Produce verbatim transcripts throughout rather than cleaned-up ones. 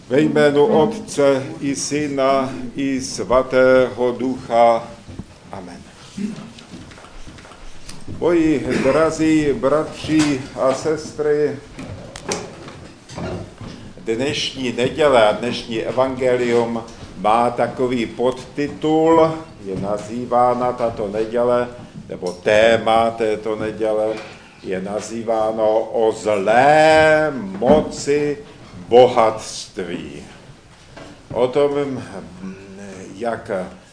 Ve jménu Otce i Syna i Svatého Ducha. Amen. Moji drazí bratři a sestry, dnešní neděle a dnešní evangelium má takový podtitul, je nazývána tato neděle, nebo téma této neděle je nazýváno o zlé moci bohatství. O tom, jak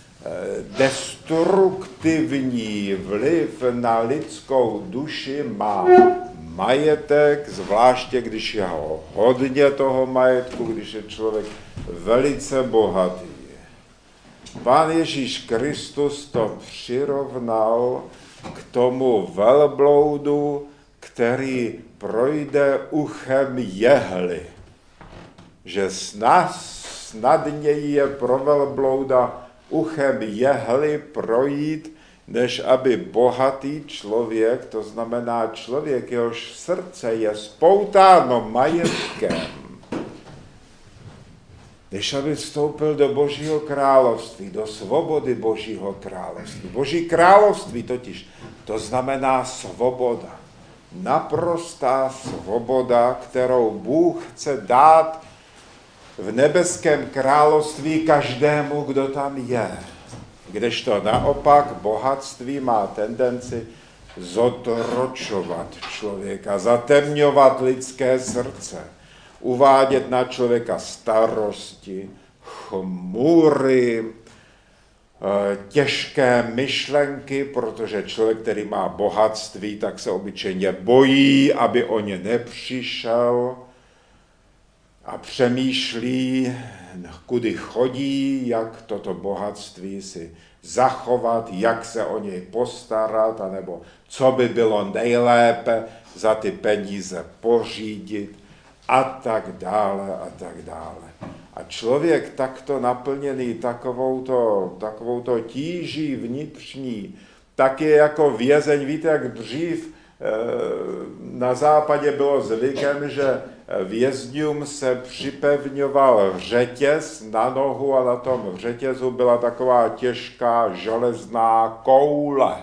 destruktivní vliv na lidskou duši má majetek, zvláště když je ho hodně toho majetku, když je člověk velice bohatý. Pán Ježíš Kristus to přirovnal k tomu velbloudu, který projde uchem jehly. Že snad, snadněji je pro velblouda uchem jehly projít, než aby bohatý člověk, to znamená člověk, jehož srdce je spoutáno majetkem, než aby vstoupil do Božího království, do svobody Božího království. Boží království totiž, to znamená svoboda. Naprostá svoboda, kterou Bůh chce dát v nebeském království každému, kdo tam je. Kdežto naopak bohatství má tendenci zotročovat člověka, zatemňovat lidské srdce, uvádět na člověka starosti, chmury, těžké myšlenky, protože člověk, který má bohatství, tak se obyčejně bojí, aby o ně nepřišel a přemýšlí, kudy chodí, jak toto bohatství si zachovat, jak se o něj postarat, anebo co by bylo nejlépe za ty peníze pořídit a tak dále a tak dále. A člověk takto naplněný takovouto, takovouto tíží vnitřní, tak je jako vězeň. Víte, jak dřív e, na západě bylo zvykem, že vězňům se připevňoval řetěz na nohu a na tom řetězu byla taková těžká železná koule.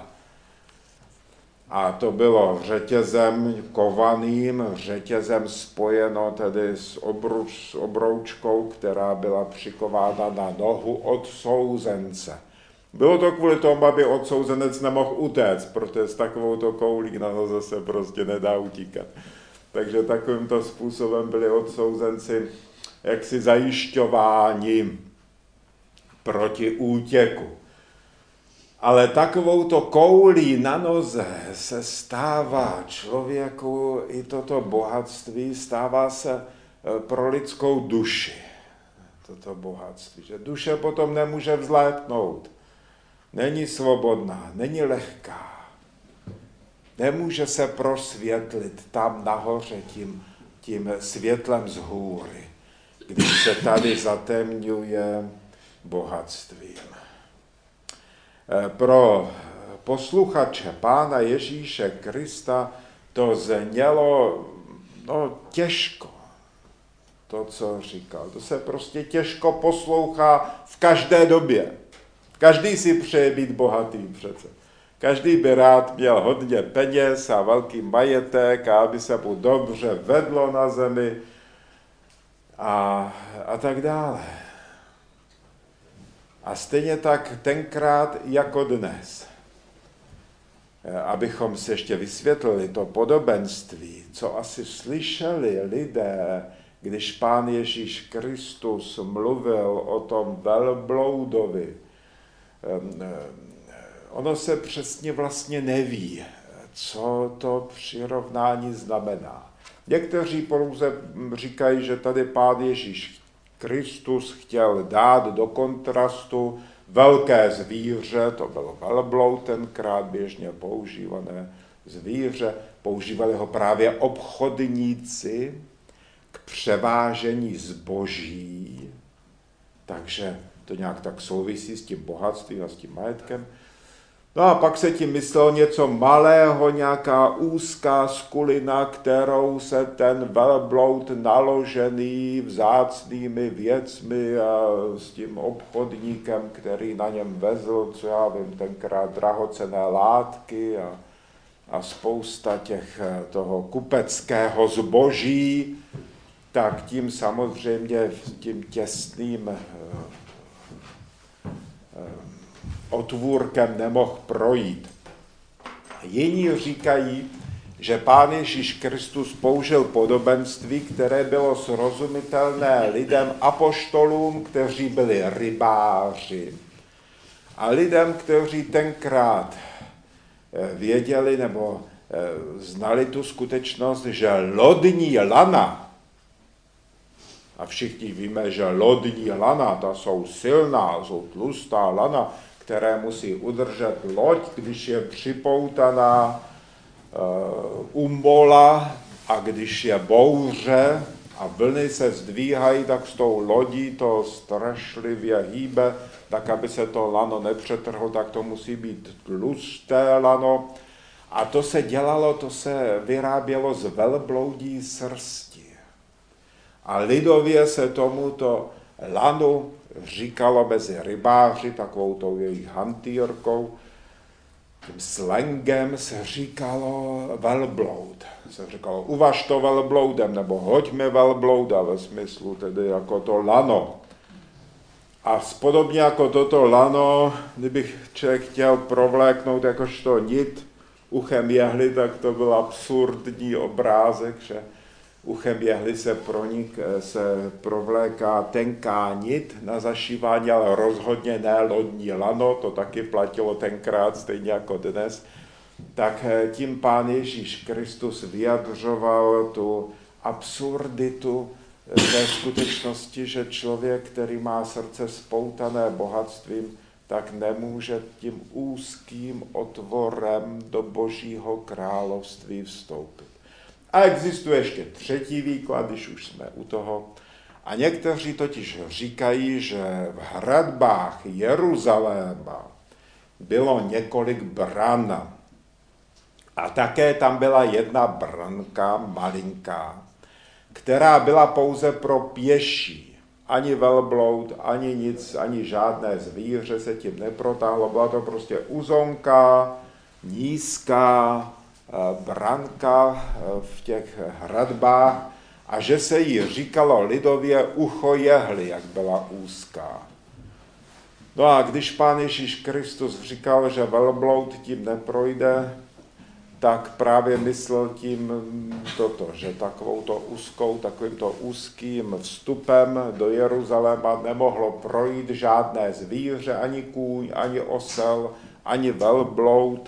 A to bylo řetězem kovaným, řetězem spojeno tedy s, obruč, s obroučkou, která byla přikována na nohu odsouzence. Bylo to kvůli tomu, aby odsouzenec nemohl utéct, protože s takovouto koulí na noze se prostě nedá utíkat. Takže takovýmto způsobem byli odsouzenci jaksi zajišťováni proti útěku. Ale takovouto koulí na noze se stává člověku i toto bohatství, stává se pro lidskou duši. Toto bohatství, že duše potom nemůže vzlétnout. Není svobodná, není lehká. Nemůže se prosvětlit tam nahoře tím, tím světlem z hůry, když se tady zatemňuje bohatstvím. Pro posluchače Pána Ježíše Krista to znělo no, těžko, to, co říkal. To se prostě těžko poslouchá v každé době. Každý si přeje být bohatý přece. Každý by rád měl hodně peněz a velký majetek a aby se mu dobře vedlo na zemi a, a tak dále. A stejně tak tenkrát jako dnes. Abychom si ještě vysvětlili to podobenství, co asi slyšeli lidé, když Pán Ježíš Kristus mluvil o tom velbloudovi. Ono se přesně vlastně neví, co to přirovnání znamená. Někteří pouze říkají, že tady Pán Ježíš Kristus chtěl dát do kontrastu velké zvíře, to bylo velbloud tenkrát běžně používané zvíře, používali ho právě obchodníci k převážení zboží, takže to nějak tak souvisí s tím bohatstvím a s tím majetkem. No a pak se tím myslel něco malého, nějaká úzká skulina, kterou se ten velbloud naložený vzácnými věcmi a s tím obchodníkem, který na něm vezl, co já vím, tenkrát drahocenné látky a, a spousta těch toho kupeckého zboží, tak tím samozřejmě tím těsným otvůrkem nemohl projít. Jiní říkají, že Pán Ježíš Kristus použil podobenství, které bylo srozumitelné lidem apoštolům, kteří byli rybáři. A lidem, kteří tenkrát věděli nebo znali tu skutečnost, že lodní lana, a všichni víme, že lodní lana, ta jsou silná, jsou tlustá lana, které musí udržet loď, když je připoutaná uh, u mola a když je bouře a vlny se zdvíhají, tak s tou lodí to strašlivě hýbe, tak aby se to lano nepřetrhlo, tak to musí být tlusté lano. A to se dělalo, to se vyrábělo z velbloudí srsti. A lidově se tomuto lanu říkalo mezi rybáři, takovou tou jejich hantýrkou, tím slangem se říkalo velbloud. Se říkalo, uvaž to velbloudem, nebo hoď mi velblouda, ve smyslu tedy jako to lano. A podobně jako toto lano, kdybych člověk chtěl provléknout jakožto nit uchem jehly, tak to byl absurdní obrázek, že uchem jehly se, pronik, se provléká tenká nit na zašívání, ale rozhodně ne lodní lano, to taky platilo tenkrát, stejně jako dnes. Tak tím Pán Ježíš Kristus vyjadřoval tu absurditu té skutečnosti, že člověk, který má srdce spoutané bohatstvím, tak nemůže tím úzkým otvorem do Božího království vstoupit. A existuje ještě třetí výklad, když už jsme u toho. A někteří totiž říkají, že v hradbách Jeruzaléma bylo několik bran. A také tam byla jedna branka, malinká, která byla pouze pro pěší. Ani velbloud, ani nic, ani žádné zvíře se tím neprotáhlo. Byla to prostě uzonká, nízká branka v těch hradbách a že se jí říkalo lidově ucho jehly, jak byla úzká. No a když Pán Ježíš Kristus říkal, že velbloud tím neprojde, tak právě myslel tím toto, že takovouto úzkou, takovýmto úzkým vstupem do Jeruzaléma nemohlo projít žádné zvíře, ani kůň, ani osel, ani velbloud,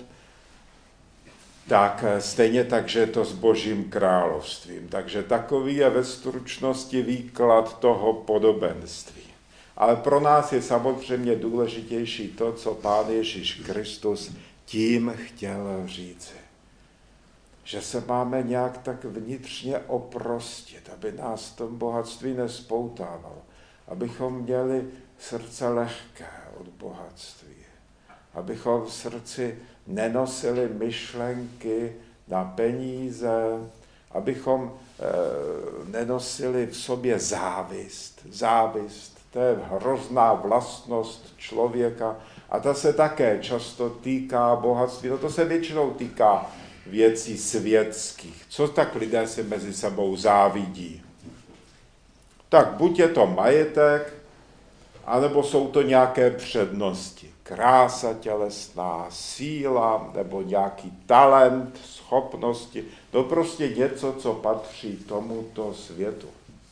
tak stejně tak, že je to s Božím královstvím. Takže takový je ve stručnosti výklad toho podobenství. Ale pro nás je samozřejmě důležitější to, co Pán Ježíš Kristus tím chtěl říci. Že se máme nějak tak vnitřně oprostit, aby nás v tom bohatství nespoutávalo. Abychom měli srdce lehké od bohatství. Abychom v srdci nenosili myšlenky na peníze, abychom e, nenosili v sobě závist. Závist, to je hrozná vlastnost člověka a ta se také často týká bohatství. No to se většinou týká věcí světských. Co tak lidé si mezi sebou závidí? Tak buď je to majetek, anebo jsou to nějaké přednosti. Krása tělesná, síla, nebo nějaký talent, schopnosti. To prostě něco, co patří tomuto světu.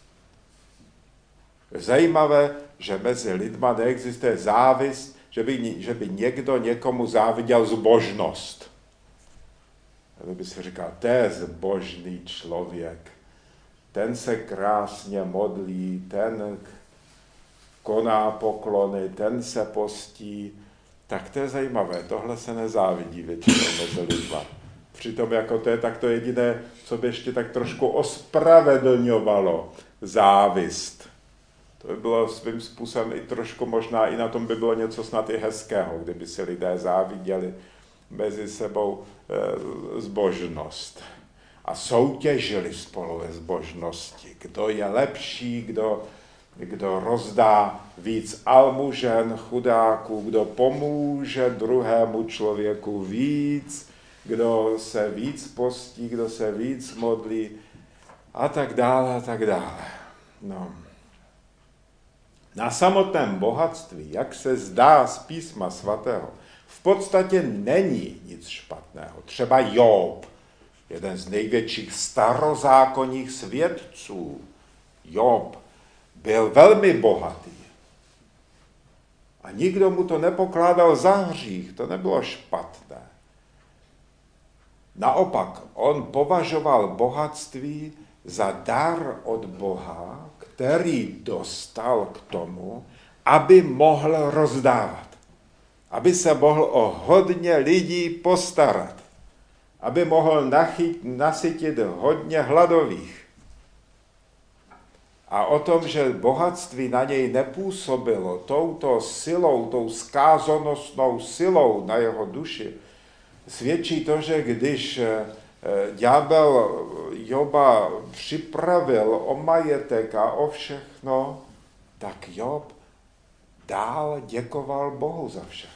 Zajímavé, že mezi lidma neexistuje závist, že by, že by někdo někomu záviděl zbožnost. Kdyby si říkal, to je zbožný člověk, ten se krásně modlí, ten koná poklony, ten se postí, tak to je zajímavé, tohle se nezávidí většinou mezi lidma. Přitom jako to je tak to jediné, co by ještě tak trošku ospravedlňovalo závist. To by bylo svým způsobem i trošku možná, i na tom by bylo něco snad i hezkého, kdyby si lidé záviděli mezi sebou e, zbožnost. A soutěžili spolu ve zbožnosti. Kdo je lepší, kdo, kdo rozdá víc almužen, chudáků, kdo pomůže druhému člověku víc, kdo se víc postí, kdo se víc modlí a tak dále a tak dále. No. Na samotném bohatství, jak se zdá z písma svatého, v podstatě není nic špatného. Třeba Job, jeden z největších starozákonních svědců, Job, byl velmi bohatý. A nikdo mu to nepokládal za hřích, to nebylo špatné. Naopak, on považoval bohatství za dar od Boha, který dostal k tomu, aby mohl rozdávat. Aby se mohl o hodně lidí postarat. Aby mohl nachyt, nasytit hodně hladových. A o tom, že bohatství na něj nepůsobilo touto silou, tou zkázonosnou silou na jeho duši, svědčí to, že když ďábel Joba připravil o majetek a o všechno, tak Job dál děkoval Bohu za všechno.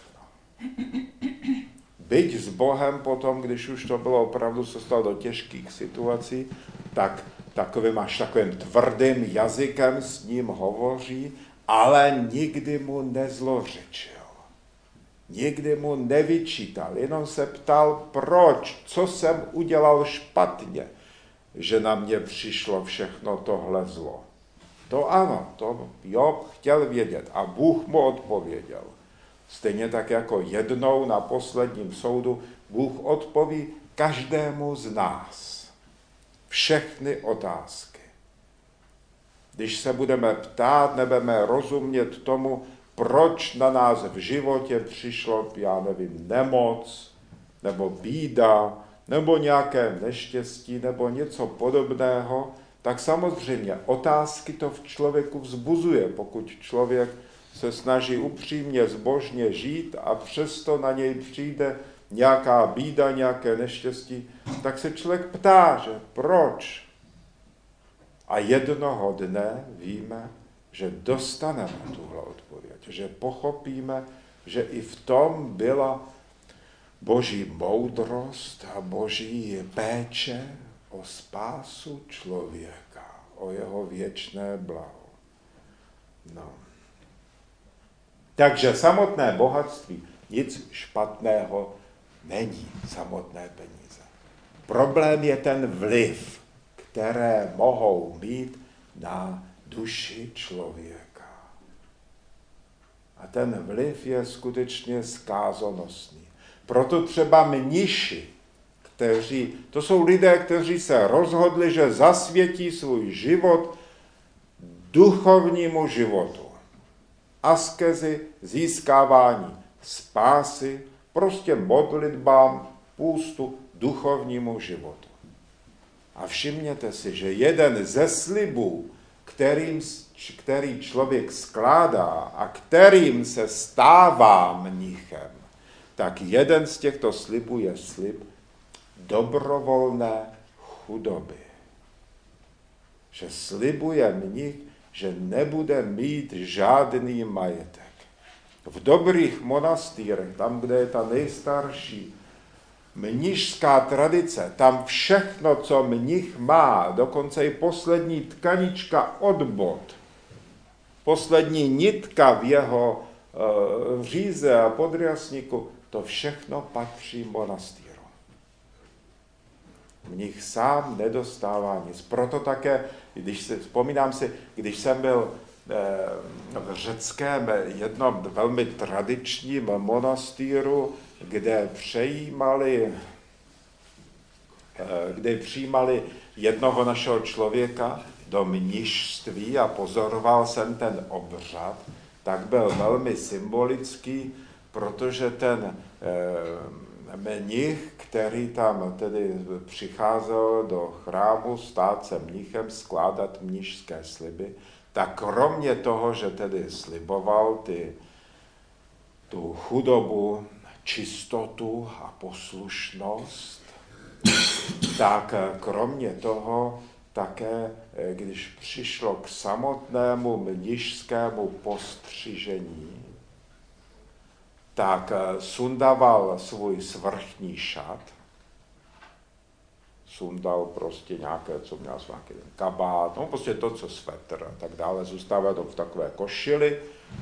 Byť s Bohem potom, když už to bylo opravdu, se stalo do těžkých situací, tak takovým až takovým tvrdým jazykem s ním hovoří, ale nikdy mu nezlořečil. Nikdy mu nevyčítal, jenom se ptal, proč, co jsem udělal špatně, že na mě přišlo všechno tohle zlo. To ano, to Job chtěl vědět a Bůh mu odpověděl. Stejně tak jako jednou na posledním soudu Bůh odpoví každému z nás. Všechny otázky. Když se budeme ptát, nebudeme rozumět tomu, proč na nás v životě přišlo, já nevím, nemoc, nebo bída, nebo nějaké neštěstí, nebo něco podobného, tak samozřejmě otázky to v člověku vzbuzuje, pokud člověk se snaží upřímně, zbožně žít a přesto na něj přijde nějaká bída, nějaké neštěstí, tak se člověk ptá, že proč? A jednoho dne víme, že dostaneme tuhle odpověď, že pochopíme, že i v tom byla Boží moudrost a Boží péče o spásu člověka, o jeho věčné blaho. No. Takže samotné bohatství, nic špatného není, samotné peníze. Problém je ten vliv, které mohou mít na duši člověka. A ten vliv je skutečně zkázonosný. Proto třeba mniši, kteří, to jsou lidé, kteří se rozhodli, že zasvětí svůj život duchovnímu životu. Askezi, získávání spásy, prostě modlitbám, půstu, duchovnímu životu. A všimněte si, že jeden ze slibů, kterým, který člověk skládá a kterým se stává mnichem, tak jeden z těchto slibů je slib dobrovolné chudoby. Že slibuje mnich, že nebude mít žádný majetek. V dobrých monastýrech, tam, kde je ta nejstarší mnišská tradice, tam všechno, co mnich má, dokonce i poslední tkanička od bot, poslední nitka v jeho uh, říze a podriasníku, to všechno patří monastýru. Mnich sám nedostává nic. Proto také, když si, vzpomínám si, když jsem byl eh, v řeckém jednom velmi tradičním monastýru, kde přejímali, eh, kde přijímali jednoho našeho člověka do mnišství a pozoroval jsem ten obřad, tak byl velmi symbolický, protože ten eh, mnich, který tam tedy přicházel do chrámu stát se mnichem, skládat mnišské sliby, tak kromě toho, že tedy sliboval ty, tu chudobu, čistotu a poslušnost, tak kromě toho také, když přišlo k samotnému mnišskému postřižení, tak sundával svůj svrchní šat, sundal prostě nějaké, co měl nějaký kabát, no prostě to, co svetr a tak dále, zůstával to v takové košili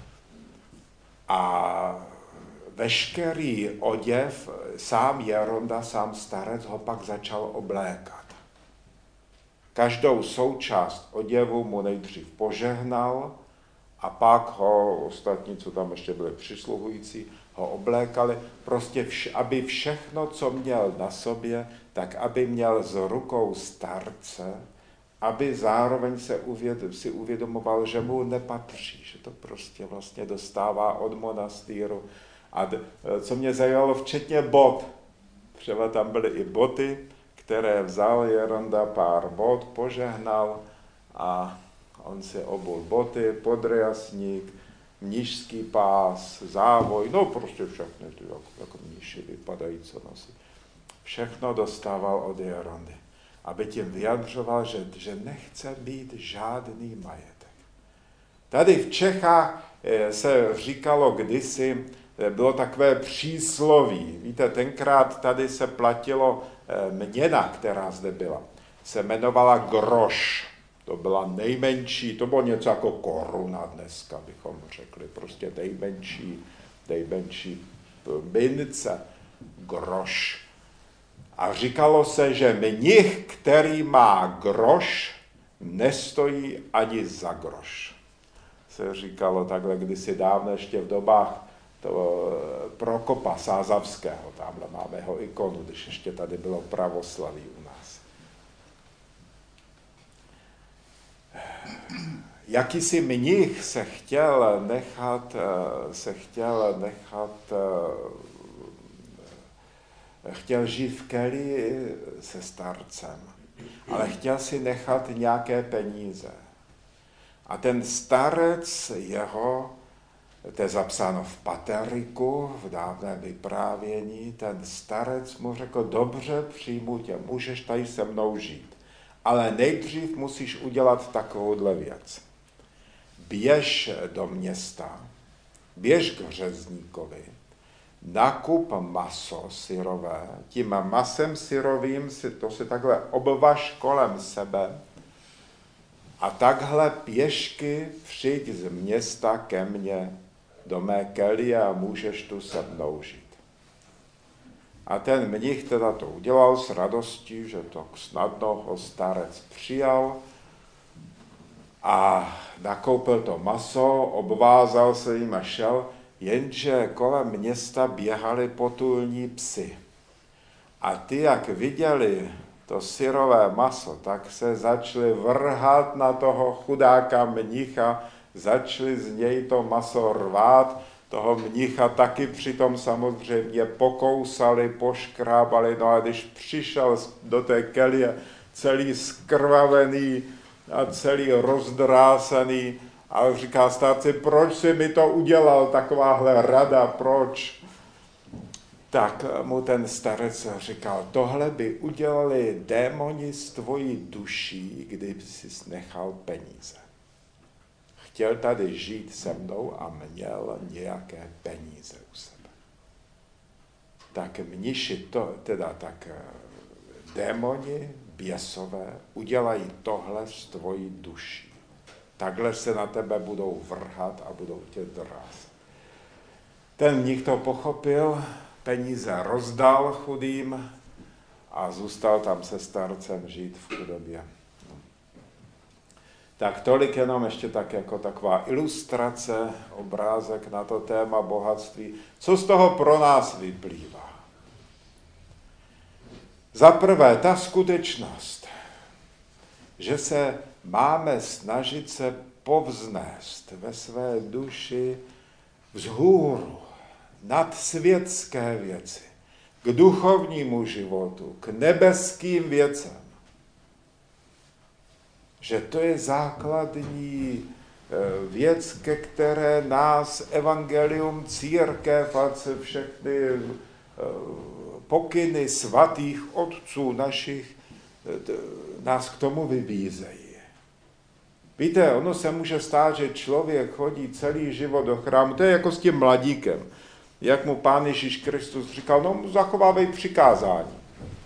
a veškerý oděv, sám Jeronda, sám starec ho pak začal oblékat. Každou součást oděvu mu nejdřív požehnal a pak ho ostatní, co tam ještě byli přisluhující, ho oblékali, prostě vš- aby všechno, co měl na sobě, tak aby měl z rukou starce, aby zároveň se uvěd- si uvědomoval, že mu nepatří, že to prostě vlastně dostává od monastýru. A d- co mě zajímalo, včetně bot, třeba tam byly i boty, které vzal Jeronda, pár bot, požehnal a on si obul boty, podrjasník, mnišský pás, závoj, no prostě všechny, jako, jako mniši vypadají, co nosí. Všechno dostával od Jerondy, aby tím vyjadřoval, že, že nechce mít žádný majetek. Tady v Čechách se říkalo kdysi, bylo takové přísloví. Víte, tenkrát tady se platilo měna, která zde byla. Se jmenovala groš. To byla nejmenší, to bylo něco jako koruna dneska, bychom řekli. Prostě nejmenší, nejmenší mince, groš. A říkalo se, že mnich, který má groš, nestojí ani za groš. Se říkalo takhle kdysi dávno, ještě v dobách toho Prokopa Sázavského, tamhle máme jeho ikonu, když ještě tady bylo pravoslaví u nás. Jakýsi mnich se chtěl nechat, se chtěl nechat, chtěl žít v kelii se starcem, ale chtěl si nechat nějaké peníze. A ten starec jeho, to je zapsáno v Pateriku, v dávném vyprávění, ten starec mu řekl, dobře, přijmu tě, můžeš tady se mnou žít, ale nejdřív musíš udělat takovouhle věc. Běž do města, běž k řezníkovi, nakup maso syrové, tím masem syrovým si to si takhle obvaž kolem sebe a takhle pěšky přijď z města ke mně do mé kelie a můžeš tu se mnou žít. A ten mnich teda to udělal s radostí, že to snadno ho starec přijal a nakoupil to maso, obvázal se jim a šel, jenže kolem města běhali potulní psi. A ty, jak viděli to syrové maso, tak se začali vrhat na toho chudáka mnicha, začali z něj to maso rvát, toho mnicha taky přitom samozřejmě pokousali, poškrábali, no a když přišel do té kelie celý skrvavený a celý rozdrásený a říká starci, proč jsi mi to udělal, takováhle rada, proč? Tak mu ten starec říkal, tohle by udělali démoni s tvojí duší, kdyby jsi nechal peníze. Chtěl tady žít se mnou a měl nějaké peníze u sebe. Tak mniši, to, teda tak démoni, běsové, udělají tohle s tvojí duší. Takhle se na tebe budou vrhat a budou tě drát. Ten mnich to pochopil, peníze rozdal chudým a zůstal tam se starcem žít v chudobě. Tak tolik jenom ještě tak jako taková ilustrace, obrázek na to téma bohatství. Co z toho pro nás vyplývá? Za prvé, ta skutečnost, že se máme snažit se povznést ve své duši vzhůru, nad světské věci, k duchovnímu životu, k nebeským věcem. Že to je základní věc, ke které nás evangelium, církev a všechny pokyny svatých otců našich nás k tomu vybízejí. Víte, ono se může stát, že člověk chodí celý život do chrámu, to je jako s tím mladíkem. Jak mu Pán Ježíš Kristus říkal, no zachovávej přikázání.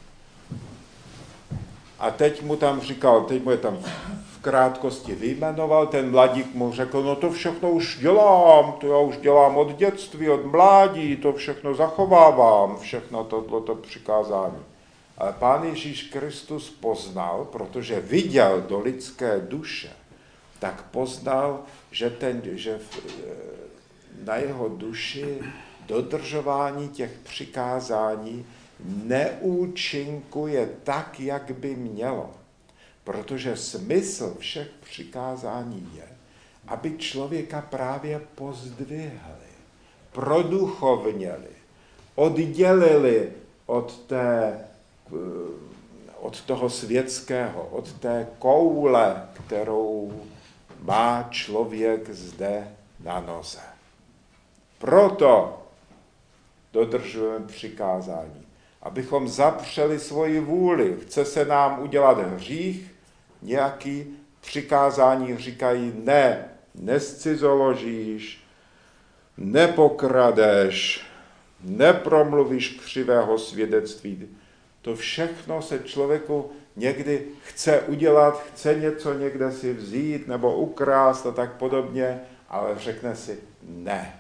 A teď mu tam říkal, teď mu je tam v krátkosti vyjmenoval, ten mladík mu řekl, no to všechno už dělám, to já už dělám od dětství, od mládí, to všechno zachovávám, všechno tohleto přikázání. Ale Pán Ježíš Kristus poznal, protože viděl do lidské duše, tak poznal, že, ten, že v, na jeho duši dodržování těch přikázání neúčinkuje tak, jak by mělo. Protože smysl všech přikázání je, aby člověka právě pozdvihli, produchovněli, oddělili od, té, od toho světského, od té koule, kterou má člověk zde na noze. Proto dodržujeme přikázání, abychom zapřeli svoji vůli. Chce se nám udělat hřích, nějaký přikázání říkají ne, nescizoložíš, nepokradeš, nepromluvíš křivého svědectví. To všechno se člověku někdy chce udělat, chce něco někde si vzít nebo ukrást a tak podobně, ale řekne si ne.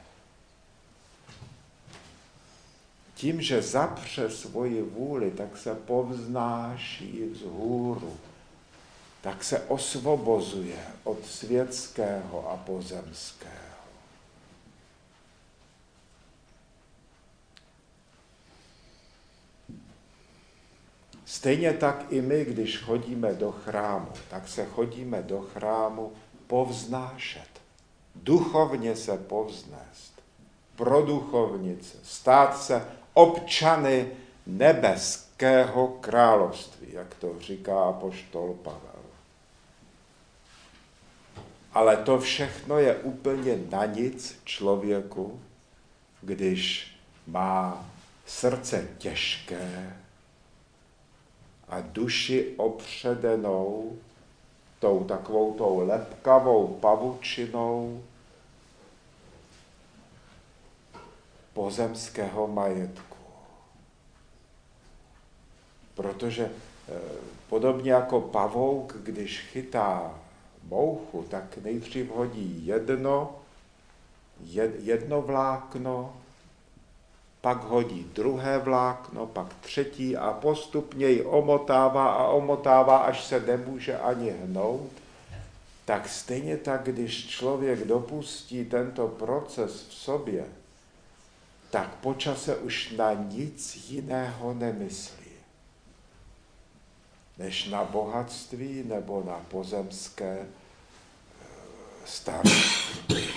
Tím, že zapře svoji vůli, tak se povznáší vzhůru, tak se osvobozuje od světského a pozemského. Stejně tak i my, když chodíme do chrámu, tak se chodíme do chrámu povznášet, duchovně se povznést, produchovnit se, stát se občany nebeského království, jak to říká apoštol Pavel. Ale to všechno je úplně na nic člověku, když má srdce těžké a duši opředenou tou takovou tou lepkavou pavučinou pozemského majetku. Protože e, podobně jako pavouk, když chytá mouchu, tak nejdřív hodí jedno, jed, jedno vlákno, pak hodí druhé vlákno, pak třetí a postupně ji omotává a omotává, až se nemůže ani hnout. Tak stejně tak, když člověk dopustí tento proces v sobě, tak po čase už na nic jiného nemyslí, než na bohatství nebo na pozemské starosti.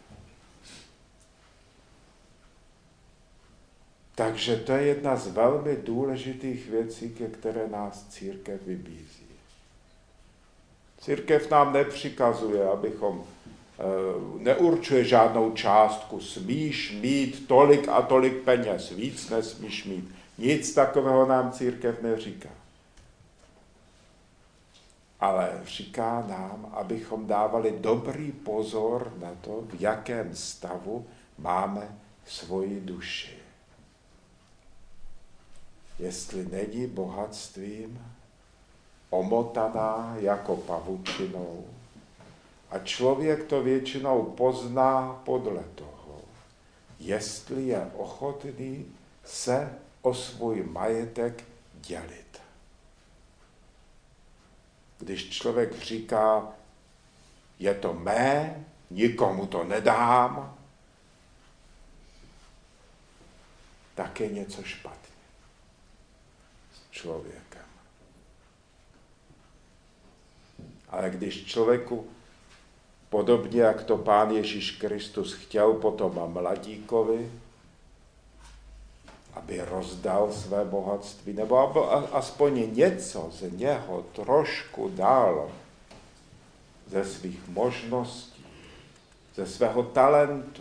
Takže to je jedna z velmi důležitých věcí, ke které nás církev vybízí. Církev nám nepřikazuje, abychom neurčuje žádnou částku, smíš mít tolik a tolik peněz, víc nesmíš mít. Nic takového nám církev neříká. Ale říká nám, abychom dávali dobrý pozor na to, v jakém stavu máme svoji duši. Jestli není bohatstvím omotaná jako pavučinou, a člověk to většinou pozná podle toho, jestli je ochotný se o svůj majetek dělit. Když člověk říká, je to mé, nikomu to nedám, tak je něco špatně s člověkem. Ale když člověku podobně, jak to Pán Ježíš Kristus chtěl potom mladíkovi, aby rozdal své bohatství, nebo aby aspoň něco z něho trošku dal ze svých možností, ze svého talentu,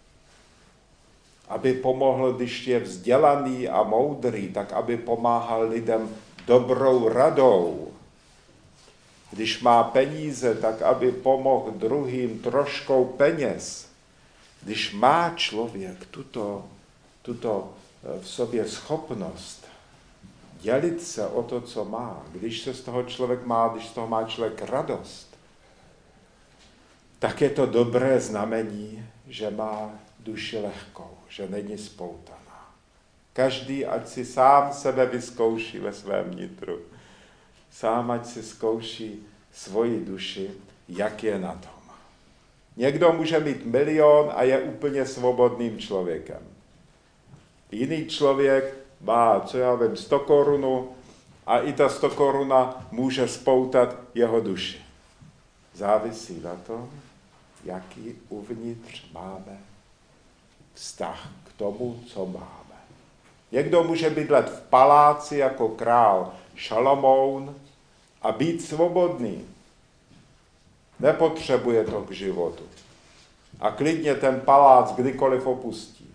aby pomohl, když je vzdělaný a moudrý, tak aby pomáhal lidem dobrou radou. Když má peníze, tak aby pomohl druhým troškou peněz. Když má člověk tuto, tuto v sobě schopnost dělit se o to, co má, když se z toho člověk má, když z toho má člověk radost, tak je to dobré znamení, že má duši lehkou, že není spoutaná. Každý, ať si sám sebe vyzkouší ve svém nitru. Sám, ať si zkouší svoji duši, jak je na tom. Někdo může mít milion a je úplně svobodným člověkem. Jiný člověk má, co já vím, sto korunu a i ta sto koruna může spoutat jeho duši. Závisí na tom, jaký uvnitř máme vztah k tomu, co máme. Někdo může bydlet v paláci jako král Šalamoun a být svobodný. Nepotřebuje to k životu. A klidně ten palác kdykoliv opustí.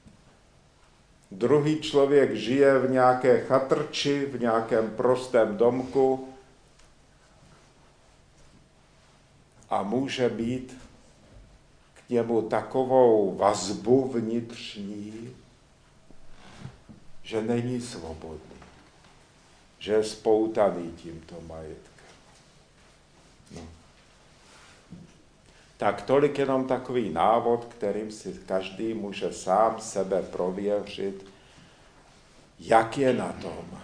Druhý člověk žije v nějaké chatrči, v nějakém prostém domku a může být k němu takovou vazbu vnitřní, že není svobodný, že je spoutaný tímto majetkem. No. Tak tolik jenom takový návod, kterým si každý může sám sebe prověřit, jak je na tom.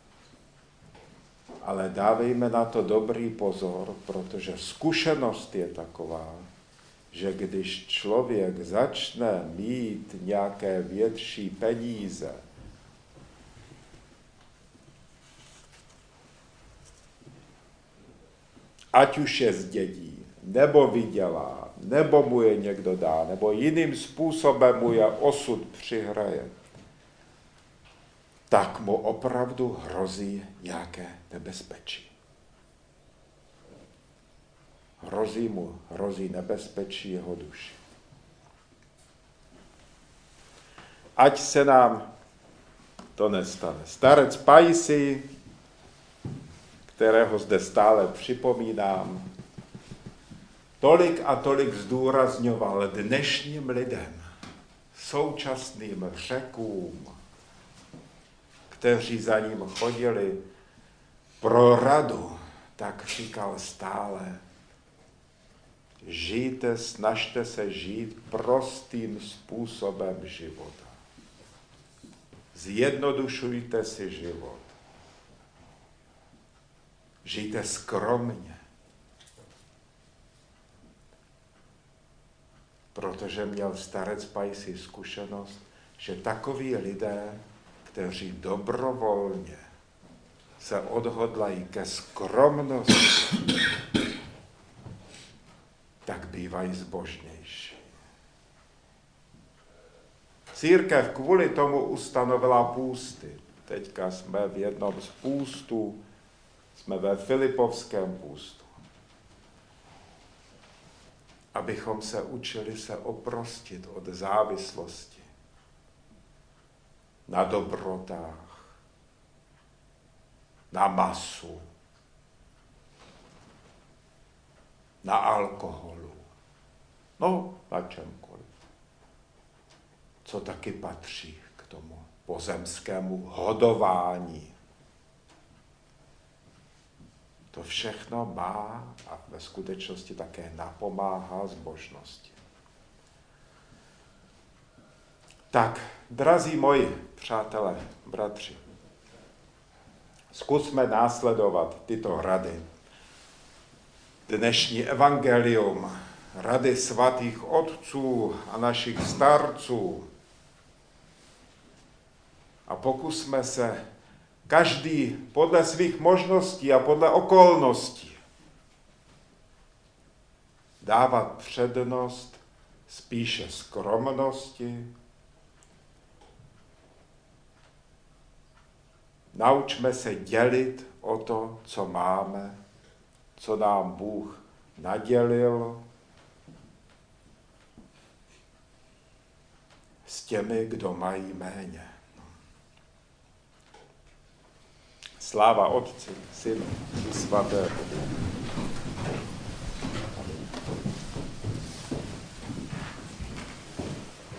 Ale dávejme na to dobrý pozor, protože zkušenost je taková, že když člověk začne mít nějaké větší peníze, ať už je zdědí, nebo vydělá, nebo mu je někdo dá, nebo jiným způsobem mu je osud přihraje, tak mu opravdu hrozí nějaké nebezpečí. Hrozí mu, hrozí nebezpečí jeho duši. Ať se nám to nestane. Starec Pajsi, kterého zde stále připomínám, tolik a tolik zdůrazňoval dnešním lidem, současným Řekům, kteří za ním chodili pro radu, tak říkal stále, žijte, snažte se žít prostým způsobem života. Zjednodušujte si život. Žijte skromně. Protože měl starec Pajsi zkušenost, že takoví lidé, kteří dobrovolně se odhodlají ke skromnosti, tak bývají zbožnější. Církev kvůli tomu ustanovila půsty. Teďka jsme v jednom z půstů, jsme ve Filipovském půstu. Abychom se učili se oprostit od závislosti na dobrotách, na masu, na alkoholu, no na čemkoliv, co taky patří k tomu pozemskému hodování. To všechno má a ve skutečnosti také napomáhá zbožnosti. Tak, drazí moji přátelé, bratři, zkusme následovat tyto rady. Dnešní evangelium, rady svatých otců a našich starců. A pokusme se každý podle svých možností a podle okolností dávat přednost spíše skromnosti. Naučme se dělit o to, co máme, co nám Bůh nadělil. těmi, kdo mají méně. Sláva Otci, Synu i Svatému.